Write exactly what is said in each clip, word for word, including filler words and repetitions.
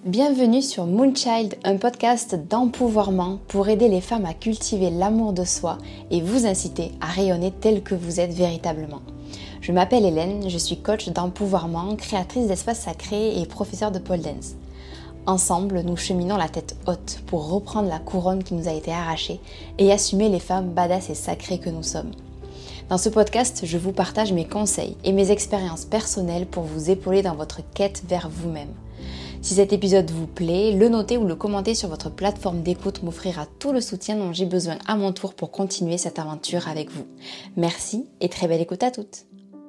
Bienvenue sur Moonchild, un podcast d'empouvoirment pour aider les femmes à cultiver l'amour de soi et vous inciter à rayonner tel que vous êtes véritablement. Je m'appelle Hélène, je suis coach d'empouvoirment, créatrice d'espaces sacrés et professeure de pole dance. Ensemble, nous cheminons la tête haute pour reprendre la couronne qui nous a été arrachée et assumer les femmes badass et sacrées que nous sommes. Dans ce podcast, je vous partage mes conseils et mes expériences personnelles pour vous épauler dans votre quête vers vous-même. Si cet épisode vous plaît, le noter ou le commenter sur votre plateforme d'écoute m'offrira tout le soutien dont j'ai besoin à mon tour pour continuer cette aventure avec vous. Merci et très belle écoute à toutes.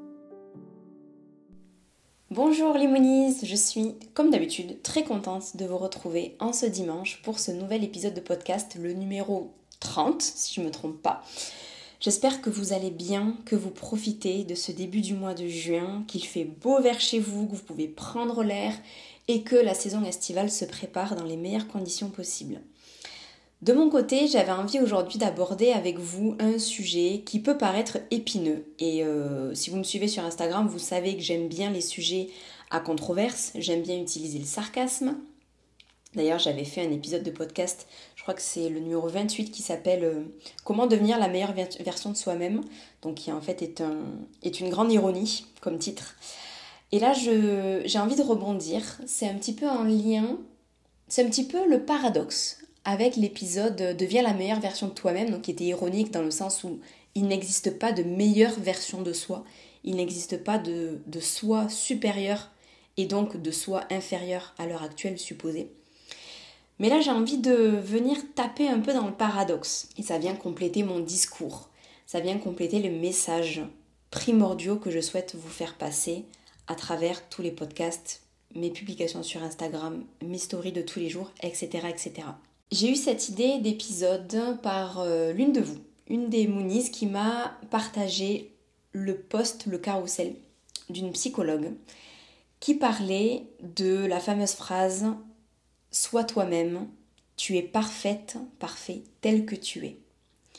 Bonjour les Moonies, je suis comme d'habitude très contente de vous retrouver en ce dimanche pour ce nouvel épisode de podcast, le numéro trente si je ne me trompe pas. J'espère que vous allez bien, que vous profitez de ce début du mois de juin, qu'il fait beau vers chez vous, que vous pouvez prendre l'air et que la saison estivale se prépare dans les meilleures conditions possibles. De mon côté, j'avais envie aujourd'hui d'aborder avec vous un sujet qui peut paraître épineux. Et euh, si vous me suivez sur Instagram, vous savez que j'aime bien les sujets à controverse, j'aime bien utiliser le sarcasme. D'ailleurs, j'avais fait un épisode de podcast, je crois que c'est le numéro vingt-huit qui s'appelle euh, « Comment devenir la meilleure ver- version de soi-même » donc qui en fait est, un, est une grande ironie comme titre. Et là, je, j'ai envie de rebondir, c'est un petit peu en lien, c'est un petit peu le paradoxe avec l'épisode « Deviens la meilleure version de toi-même », donc qui était ironique dans le sens où il n'existe pas de meilleure version de soi, il n'existe pas de, de soi supérieur et donc de soi inférieur à l'heure actuelle supposée. Mais là, j'ai envie de venir taper un peu dans le paradoxe et ça vient compléter mon discours, ça vient compléter le message primordiaux que je souhaite vous faire passer à travers tous les podcasts, mes publications sur Instagram, mes stories de tous les jours, et cetera et cetera. J'ai eu cette idée d'épisode par euh, l'une de vous, une des Moonies qui m'a partagé le post, le carrousel d'une psychologue qui parlait de la fameuse phrase « Sois toi-même, tu es parfaite, parfait, tel que tu es ».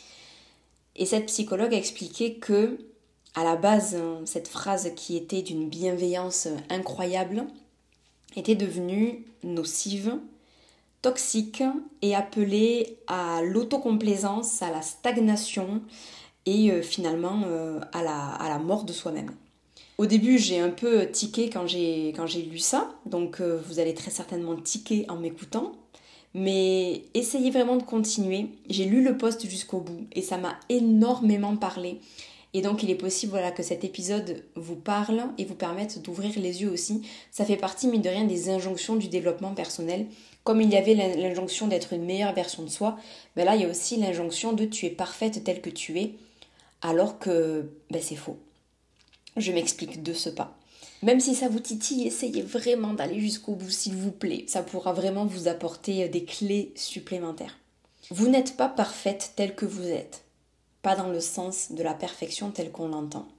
Et cette psychologue a expliqué que à la base, cette phrase qui était d'une bienveillance incroyable était devenue nocive, toxique et appelée à l'autocomplaisance, à la stagnation et finalement à la, à la mort de soi-même. Au début, j'ai un peu tiqué quand j'ai, quand j'ai lu ça, donc vous allez très certainement tiquer en m'écoutant, mais essayez vraiment de continuer. J'ai lu le post jusqu'au bout et ça m'a énormément parlé. Et donc il est possible voilà, que cet épisode vous parle et vous permette d'ouvrir les yeux aussi. Ça fait partie, mine de rien, des injonctions du développement personnel. Comme il y avait l'injonction d'être une meilleure version de soi, ben là il y a aussi l'injonction de tu es parfaite telle que tu es, alors que ben, c'est faux. Je m'explique de ce pas. Même si ça vous titille, essayez vraiment d'aller jusqu'au bout s'il vous plaît. Ça pourra vraiment vous apporter des clés supplémentaires. Vous n'êtes pas parfaite telle que vous êtes. Pas dans le sens de la perfection telle qu'on l'entend.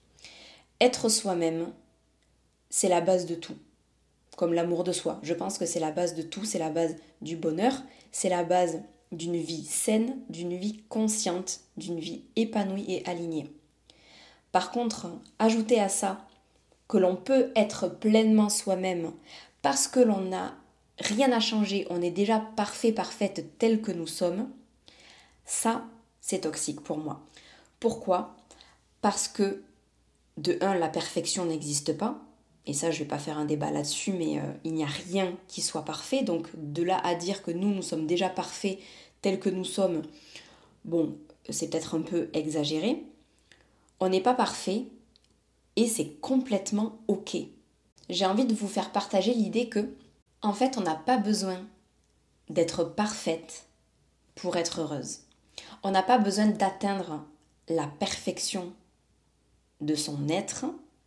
Être soi-même, c'est la base de tout. Comme l'amour de soi. Je pense que c'est la base de tout, c'est la base du bonheur, c'est la base d'une vie saine, d'une vie consciente, d'une vie épanouie et alignée. Par contre, ajouter à ça que l'on peut être pleinement soi-même parce que l'on n'a rien à changer, on est déjà parfait, parfaite tel que nous sommes, ça, c'est toxique pour moi. Pourquoi ? Parce que, de un, la perfection n'existe pas. Et ça, je ne vais pas faire un débat là-dessus, mais euh, il n'y a rien qui soit parfait. Donc, de là à dire que nous, nous sommes déjà parfaits tels que nous sommes, bon, c'est peut-être un peu exagéré. On n'est pas parfait et c'est complètement OK. J'ai envie de vous faire partager l'idée que, en fait, on n'a pas besoin d'être parfaite pour être heureuse. On n'a pas besoin d'atteindre la perfection de son être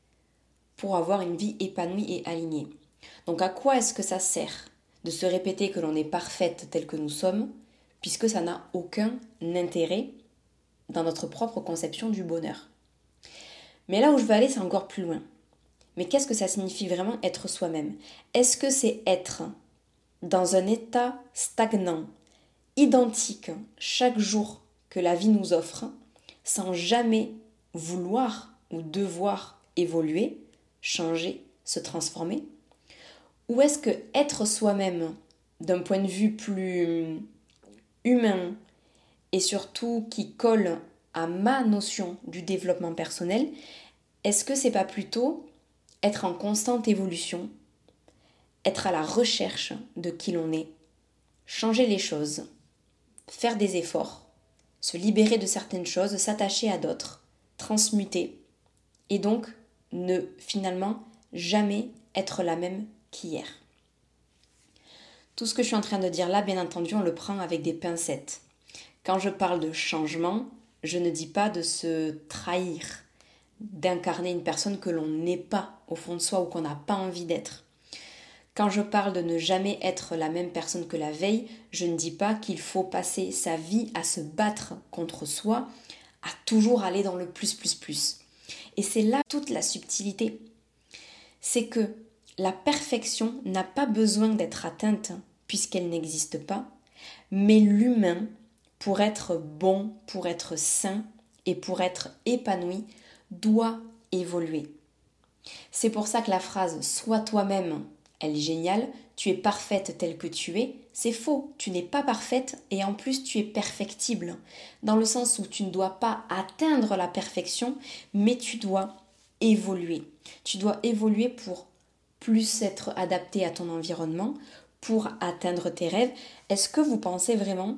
pour avoir une vie épanouie et alignée. Donc à quoi est-ce que ça sert de se répéter que l'on est parfaite telle que nous sommes, puisque ça n'a aucun intérêt dans notre propre conception du bonheur. Mais là où je veux aller, c'est encore plus loin. Mais qu'est-ce que ça signifie vraiment être soi-même ? Est-ce que c'est être dans un état stagnant, identique chaque jour que la vie nous offre, sans jamais vouloir ou devoir évoluer, changer, se transformer ? Ou est-ce que être soi-même, d'un point de vue plus humain et surtout qui colle à ma notion du développement personnel, est-ce que c'est pas plutôt être en constante évolution, être à la recherche de qui l'on est, changer les choses, faire des efforts, se libérer de certaines choses, s'attacher à d'autres, transmuter, et donc ne finalement jamais être la même qu'hier. Tout ce que je suis en train de dire là, bien entendu, on le prend avec des pincettes. Quand je parle de changement, je ne dis pas de se trahir, d'incarner une personne que l'on n'est pas au fond de soi ou qu'on n'a pas envie d'être. Quand je parle de ne jamais être la même personne que la veille, je ne dis pas qu'il faut passer sa vie à se battre contre soi, à toujours aller dans le plus, plus, plus. Et c'est là toute la subtilité. C'est que la perfection n'a pas besoin d'être atteinte puisqu'elle n'existe pas, mais l'humain, pour être bon, pour être sain et pour être épanoui, doit évoluer. C'est pour ça que la phrase « sois toi-même », elle est géniale, tu es parfaite telle que tu es, c'est faux, tu n'es pas parfaite et en plus tu es perfectible, dans le sens où tu ne dois pas atteindre la perfection, mais tu dois évoluer. Tu dois évoluer pour plus être adapté à ton environnement, pour atteindre tes rêves. Est-ce que vous pensez vraiment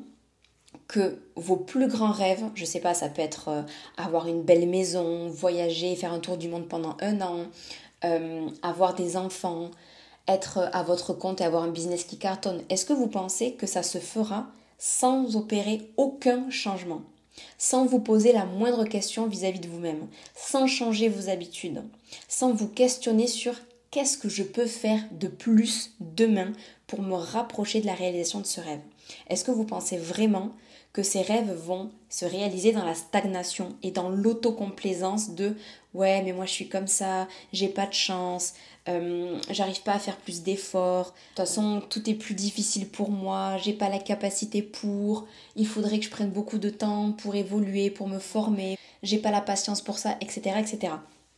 que vos plus grands rêves, je sais pas, ça peut être euh, avoir une belle maison, voyager, faire un tour du monde pendant un an, euh, avoir des enfants, être à votre compte et avoir un business qui cartonne, est-ce que vous pensez que ça se fera sans opérer aucun changement, sans vous poser la moindre question vis-à-vis de vous-même, sans changer vos habitudes, sans vous questionner sur qu'est-ce que je peux faire de plus demain pour me rapprocher de la réalisation de ce rêve? Est-ce que vous pensez vraiment que ces rêves vont se réaliser dans la stagnation et dans l'autocomplaisance de « ouais, mais moi je suis comme ça, j'ai pas de chance, euh, j'arrive pas à faire plus d'efforts, de toute façon tout est plus difficile pour moi, j'ai pas la capacité pour, il faudrait que je prenne beaucoup de temps pour évoluer, pour me former, j'ai pas la patience pour ça, et cetera et cetera »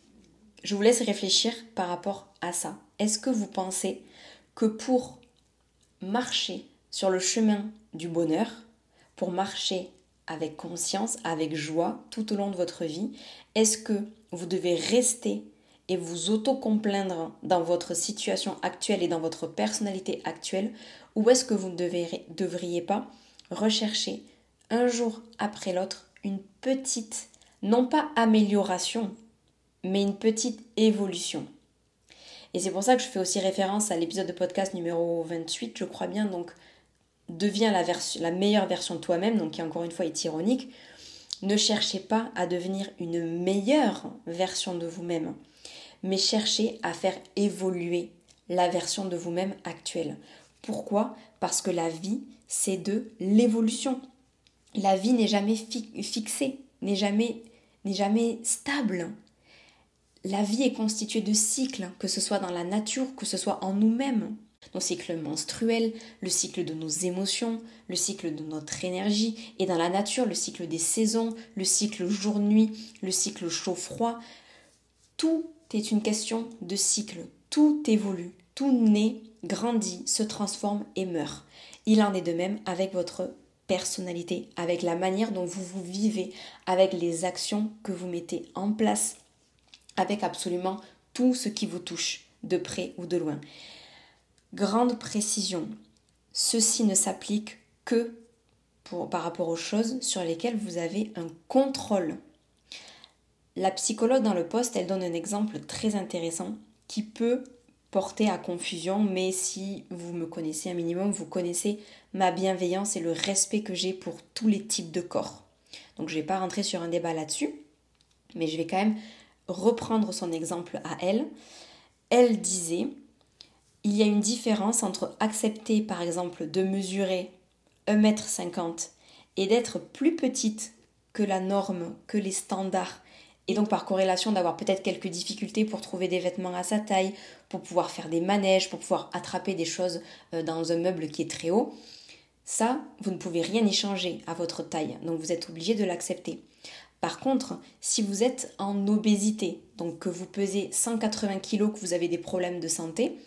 Je vous laisse réfléchir par rapport à ça. Est-ce que vous pensez que pour marcher sur le chemin du bonheur, pour marcher avec conscience, avec joie tout au long de votre vie, est-ce que vous devez rester et vous auto-complaindre dans votre situation actuelle et dans votre personnalité actuelle, ou est-ce que vous ne devez, devriez pas rechercher un jour après l'autre une petite, non pas amélioration, mais une petite évolution? Et c'est pour ça que je fais aussi référence à l'épisode de podcast numéro vingt-huit, je crois bien, donc deviens la, version, la meilleure version de toi-même, donc qui encore une fois est ironique. Ne cherchez pas à devenir une meilleure version de vous-même, mais cherchez à faire évoluer la version de vous-même actuelle. Pourquoi ? Parce que la vie, c'est de l'évolution. La vie n'est jamais fi- fixée, n'est jamais, n'est jamais stable. La vie est constituée de cycles, que ce soit dans la nature, que ce soit en nous-mêmes. Nos cycles menstruels, le cycle de nos émotions, le cycle de notre énergie, et dans la nature, le cycle des saisons, le cycle jour-nuit, le cycle chaud-froid. Tout est une question de cycle, tout évolue, tout naît, grandit, se transforme et meurt. Il en est de même avec votre personnalité, avec la manière dont vous vous vivez, avec les actions que vous mettez en place, avec absolument tout ce qui vous touche, de près ou de loin. Grande précision, ceci ne s'applique que pour, par rapport aux choses sur lesquelles vous avez un contrôle. La psychologue dans le post, elle donne un exemple très intéressant qui peut porter à confusion, mais si vous me connaissez un minimum, vous connaissez ma bienveillance et le respect que j'ai pour tous les types de corps. Donc je ne vais pas rentrer sur un débat là-dessus, mais je vais quand même reprendre son exemple à elle. Elle disait... Il y a une différence entre accepter par exemple de mesurer un mètre cinquante et d'être plus petite que la norme, que les standards, et donc par corrélation d'avoir peut-être quelques difficultés pour trouver des vêtements à sa taille, pour pouvoir faire des manèges, pour pouvoir attraper des choses dans un meuble qui est très haut. Ça, vous ne pouvez rien y changer à votre taille, donc vous êtes obligé de l'accepter. Par contre, si vous êtes en obésité, donc que vous pesez cent quatre-vingts kilos, que vous avez des problèmes de santé,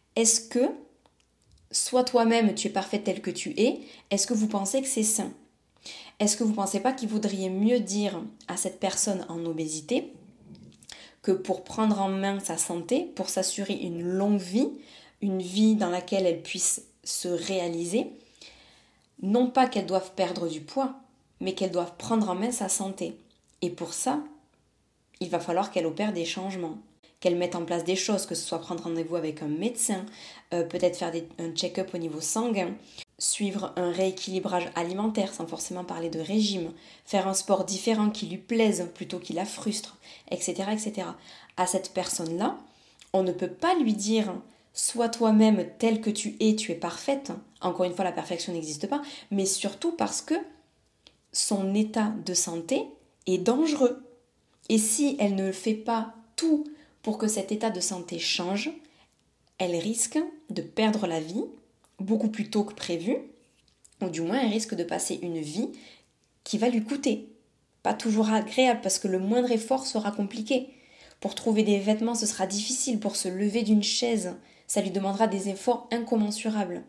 Est-ce que, soit toi-même, tu es parfaite telle que tu es, est-ce que vous pensez que c'est sain ? Est-ce que vous ne pensez pas qu'il vaudrait mieux dire à cette personne en obésité que pour prendre en main sa santé, pour s'assurer une longue vie, une vie dans laquelle elle puisse se réaliser, non pas qu'elle doive perdre du poids, mais qu'elle doive prendre en main sa santé. Et pour ça, il va falloir qu'elle opère des changements, qu'elle mette en place des choses, que ce soit prendre rendez-vous avec un médecin, euh, peut-être faire des, un check-up au niveau sanguin, suivre un rééquilibrage alimentaire sans forcément parler de régime, faire un sport différent qui lui plaise plutôt qu'il la frustre, et cetera, et cetera. À cette personne-là, on ne peut pas lui dire « sois toi-même telle que tu es, tu es parfaite ». Encore une fois, la perfection n'existe pas, mais surtout parce que son état de santé est dangereux. Et si elle ne fait pas tout pour que cet état de santé change, elle risque de perdre la vie beaucoup plus tôt que prévu, ou du moins elle risque de passer une vie qui va lui coûter. Pas toujours agréable parce que le moindre effort sera compliqué. Pour trouver des vêtements, ce sera difficile. Pour se lever d'une chaise, ça lui demandera des efforts incommensurables.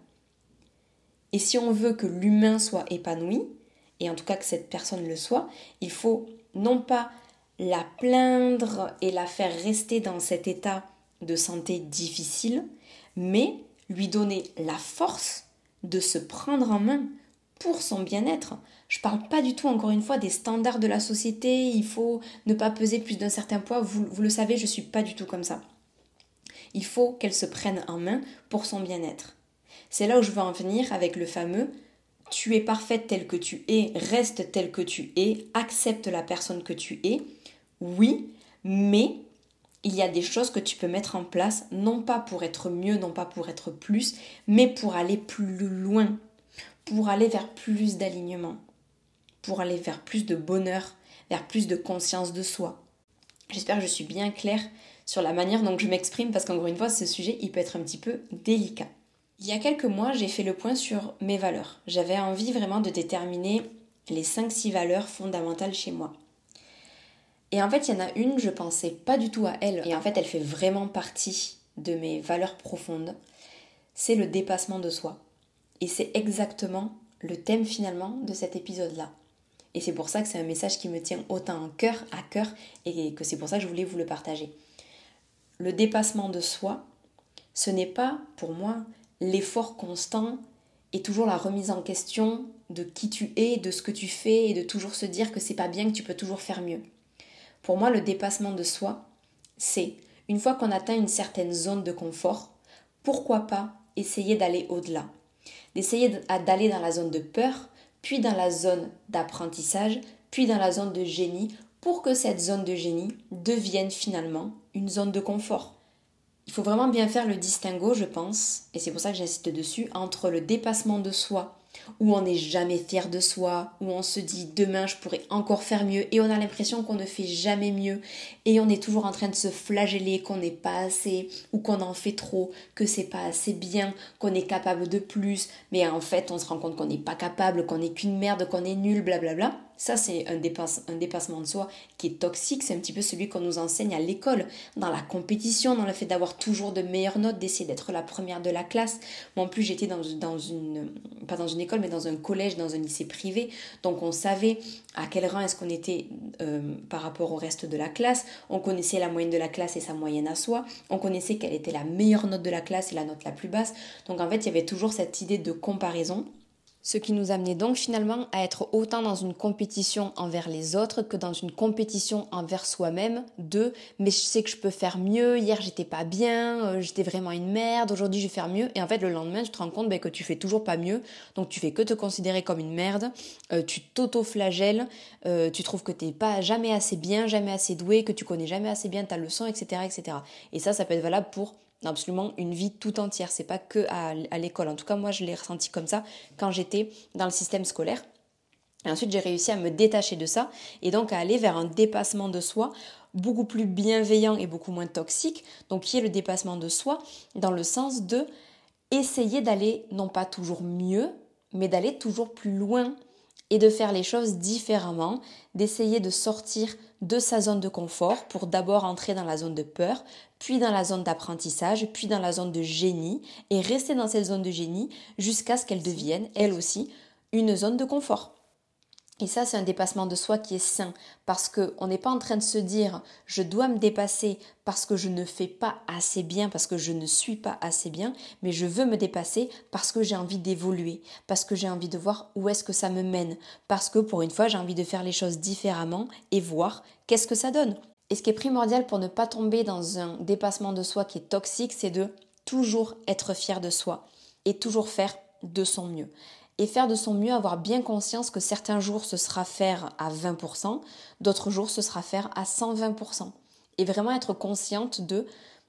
Et si on veut que l'humain soit épanoui, et en tout cas que cette personne le soit, il faut non pas la plaindre et la faire rester dans cet état de santé difficile, mais lui donner la force de se prendre en main pour son bien-être. Je ne parle pas du tout, encore une fois, des standards de la société, il faut ne pas peser plus d'un certain poids, vous, vous le savez, je ne suis pas du tout comme ça. Il faut qu'elle se prenne en main pour son bien-être. C'est là où je veux en venir avec le fameux « tu es parfaite telle que tu es, reste telle que tu es, accepte la personne que tu es ». Oui, mais il y a des choses que tu peux mettre en place, non pas pour être mieux, non pas pour être plus, mais pour aller plus loin, pour aller vers plus d'alignement, pour aller vers plus de bonheur, vers plus de conscience de soi. J'espère que je suis bien claire sur la manière dont je m'exprime, parce qu'encore une fois, ce sujet, il peut être un petit peu délicat. Il y a quelques mois, j'ai fait le point sur mes valeurs. J'avais envie vraiment de déterminer les cinq six valeurs fondamentales chez moi. Et en fait, il y en a une, je pensais pas du tout à elle. Et en fait, elle fait vraiment partie de mes valeurs profondes. C'est le dépassement de soi. Et c'est exactement le thème finalement de cet épisode-là. Et c'est pour ça que c'est un message qui me tient autant en cœur, à cœur, et que c'est pour ça que je voulais vous le partager. Le dépassement de soi, ce n'est pas, pour moi, l'effort constant et toujours la remise en question de qui tu es, de ce que tu fais, et de toujours se dire que c'est pas bien, que tu peux toujours faire mieux. Pour moi, le dépassement de soi, c'est, une fois qu'on atteint une certaine zone de confort, pourquoi pas essayer d'aller au-delà, d'essayer d'aller dans la zone de peur, puis dans la zone d'apprentissage, puis dans la zone de génie, pour que cette zone de génie devienne finalement une zone de confort. Il faut vraiment bien faire le distinguo, je pense, et c'est pour ça que j'insiste dessus, entre le dépassement de soi, où on n'est jamais fier de soi, où on se dit demain je pourrais encore faire mieux et on a l'impression qu'on ne fait jamais mieux et on est toujours en train de se flageller qu'on n'est pas assez ou qu'on en fait trop, que c'est pas assez bien, qu'on est capable de plus, mais en fait on se rend compte qu'on n'est pas capable, qu'on n'est qu'une merde, qu'on est nul, blablabla. Ça c'est un, dépasse, un dépassement de soi qui est toxique, c'est un petit peu celui qu'on nous enseigne à l'école, dans la compétition, dans le fait d'avoir toujours de meilleures notes, d'essayer d'être la première de la classe. Moi en plus j'étais dans, dans une, pas dans une école mais dans un collège, dans un lycée privé, donc on savait à quel rang est-ce qu'on était euh, par rapport au reste de la classe, on connaissait la moyenne de la classe et sa moyenne à soi, on connaissait quelle était la meilleure note de la classe et la note la plus basse, donc en fait il y avait toujours cette idée de comparaison. Ce qui nous amenait donc finalement à être autant dans une compétition envers les autres que dans une compétition envers soi-même de « mais je sais que je peux faire mieux, hier j'étais pas bien, euh, j'étais vraiment une merde, aujourd'hui je vais faire mieux » et en fait le lendemain tu te rends compte ben, que tu fais toujours pas mieux, donc tu fais que te considérer comme une merde, euh, tu t'auto-flagelles, euh, tu trouves que t'es pas jamais assez bien, jamais assez doué, que tu connais jamais assez bien ta leçon, et cetera et cetera. Et ça, ça peut être valable pour absolument une vie tout entière, c'est pas que à, à l'école. En tout cas, moi, je l'ai ressenti comme ça quand j'étais dans le système scolaire. Et ensuite, j'ai réussi à me détacher de ça et donc à aller vers un dépassement de soi beaucoup plus bienveillant et beaucoup moins toxique, donc qui est le dépassement de soi dans le sens de essayer d'aller non pas toujours mieux, mais d'aller toujours plus loin, et de faire les choses différemment, d'essayer de sortir de sa zone de confort pour d'abord entrer dans la zone de peur, puis dans la zone d'apprentissage, puis dans la zone de génie et rester dans cette zone de génie jusqu'à ce qu'elle devienne, elle aussi, une zone de confort. Et ça, c'est un dépassement de soi qui est sain parce qu'on n'est pas en train de se dire « je dois me dépasser parce que je ne fais pas assez bien, parce que je ne suis pas assez bien, mais je veux me dépasser parce que j'ai envie d'évoluer, parce que j'ai envie de voir où est-ce que ça me mène, parce que pour une fois, j'ai envie de faire les choses différemment et voir qu'est-ce que ça donne. » Et ce qui est primordial pour ne pas tomber dans un dépassement de soi qui est toxique, c'est de toujours être fier de soi et toujours faire de son mieux. Et faire de son mieux, avoir bien conscience que certains jours ce sera faire à vingt pour cent, d'autres jours ce sera faire à cent vingt pour cent. Et vraiment être consciente de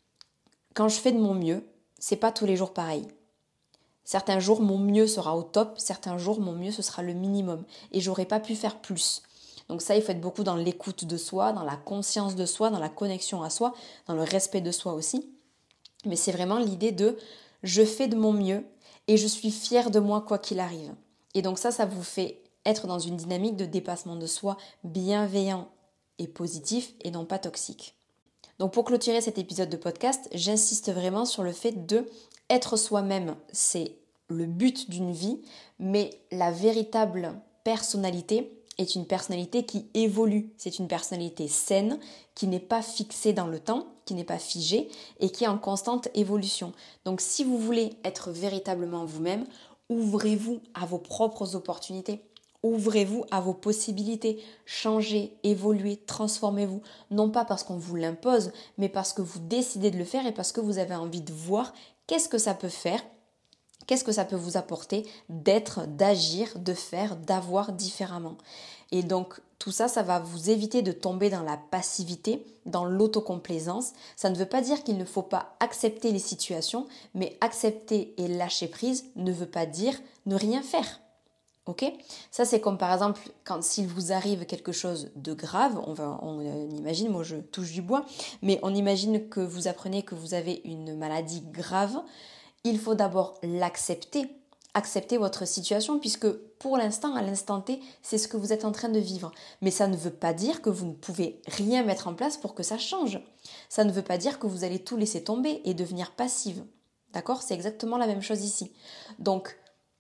quand je fais de mon mieux, c'est pas tous les jours pareil. Certains jours mon mieux sera au top, certains jours mon mieux ce sera le minimum et j'aurais pas pu faire plus. Donc ça, il faut être beaucoup dans l'écoute de soi, dans la conscience de soi, dans la connexion à soi, dans le respect de soi aussi. Mais c'est vraiment l'idée de je fais de mon mieux et je suis fière de moi quoi qu'il arrive. Et donc ça, ça vous fait être dans une dynamique de dépassement de soi bienveillant et positif et non pas toxique. Donc pour clôturer cet épisode de podcast, j'insiste vraiment sur le fait de être soi-même. C'est le but d'une vie, mais la véritable personnalité est une personnalité qui évolue. C'est une personnalité saine, qui n'est pas fixée dans le temps, qui n'est pas figée et qui est en constante évolution. Donc si vous voulez être véritablement vous-même, ouvrez-vous à vos propres opportunités. Ouvrez-vous à vos possibilités. Changez, évoluez, transformez-vous. Non pas parce qu'on vous l'impose, mais parce que vous décidez de le faire et parce que vous avez envie de voir qu'est-ce que ça peut faire. Qu'est-ce que ça peut vous apporter d'être, d'agir, de faire, d'avoir différemment? Et donc tout ça, ça va vous éviter de tomber dans la passivité, dans l'autocomplaisance. Ça ne veut pas dire qu'il ne faut pas accepter les situations, mais accepter et lâcher prise ne veut pas dire ne rien faire. Ok? Ça c'est comme par exemple quand s'il vous arrive quelque chose de grave, on va, on imagine, moi je touche du bois, mais on imagine que vous apprenez que vous avez une maladie grave. Il faut d'abord l'accepter, accepter votre situation puisque pour l'instant, à l'instant T, c'est ce que vous êtes en train de vivre. Mais ça ne veut pas dire que vous ne pouvez rien mettre en place pour que ça change. Ça ne veut pas dire que vous allez tout laisser tomber et devenir passive. D'accord? C'est exactement la même chose ici. Donc,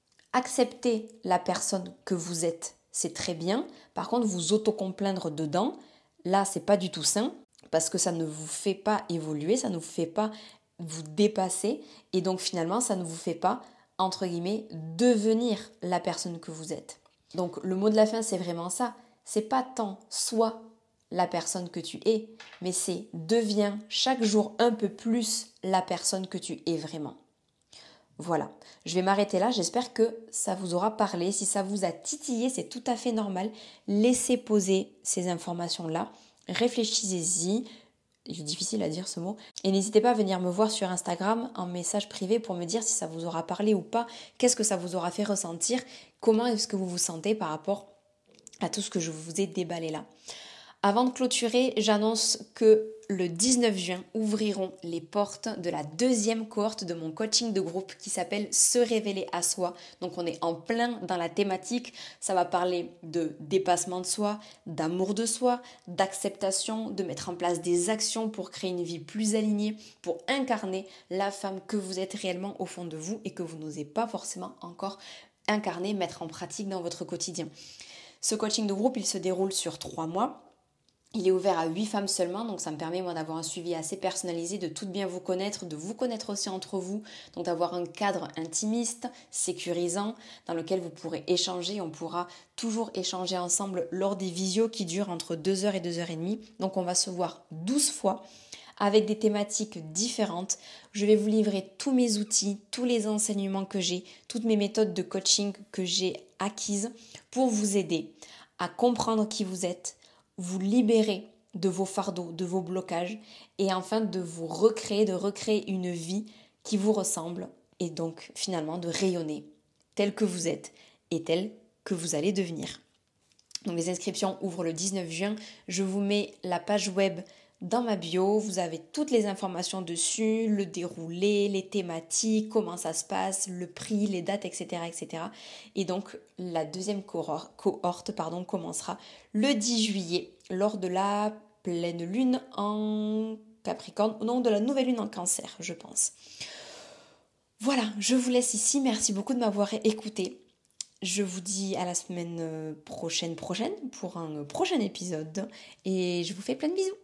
accepter la personne que vous êtes, c'est très bien. Par contre, vous autocomplaindre dedans, là, c'est pas du tout sain parce que ça ne vous fait pas évoluer, ça ne vous fait pas vous dépasser et donc finalement ça ne vous fait pas entre guillemets devenir la personne que vous êtes. Donc le mot de la fin c'est vraiment ça, c'est pas tant sois la personne que tu es, mais c'est deviens chaque jour un peu plus la personne que tu es vraiment. Voilà, je vais m'arrêter là, j'espère que ça vous aura parlé, si ça vous a titillé c'est tout à fait normal, laissez poser ces informations là, réfléchissez-y. C'est difficile à dire ce mot. Et n'hésitez pas à venir me voir sur Instagram en message privé pour me dire si ça vous aura parlé ou pas, qu'est-ce que ça vous aura fait ressentir, comment est-ce que vous vous sentez par rapport à tout ce que je vous ai déballé là. Avant de clôturer, j'annonce que le dix-neuf juin ouvriront les portes de la deuxième cohorte de mon coaching de groupe qui s'appelle Se révéler à soi. Donc on est en plein dans la thématique, ça va parler de dépassement de soi, d'amour de soi, d'acceptation, de mettre en place des actions pour créer une vie plus alignée, pour incarner la femme que vous êtes réellement au fond de vous et que vous n'osez pas forcément encore incarner, mettre en pratique dans votre quotidien. Ce coaching de groupe, il se déroule sur trois mois. Il est ouvert à huit femmes seulement, donc ça me permet moi d'avoir un suivi assez personnalisé, de tout bien vous connaître, de vous connaître aussi entre vous, donc d'avoir un cadre intimiste, sécurisant, dans lequel vous pourrez échanger, on pourra toujours échanger ensemble lors des visios qui durent entre deux heures et deux heures trente, donc on va se voir douze fois avec des thématiques différentes. Je vais vous livrer tous mes outils, tous les enseignements que j'ai, toutes mes méthodes de coaching que j'ai acquises pour vous aider à comprendre qui vous êtes, vous libérer de vos fardeaux, de vos blocages et enfin de vous recréer, de recréer une vie qui vous ressemble et donc finalement de rayonner tel que vous êtes et tel que vous allez devenir. Donc les inscriptions ouvrent le dix-neuf juin. Je vous mets la page web dans ma bio, vous avez toutes les informations dessus, le déroulé, les thématiques, comment ça se passe, le prix, les dates, et cetera et cetera. Et donc la deuxième cohorte, cohorte pardon, commencera le dix juillet lors de la pleine lune en Capricorne, non de la nouvelle lune en Cancer, je pense. Voilà, je vous laisse ici, merci beaucoup de m'avoir écouté. Je vous dis à la semaine prochaine prochaine pour un prochain épisode et je vous fais plein de bisous.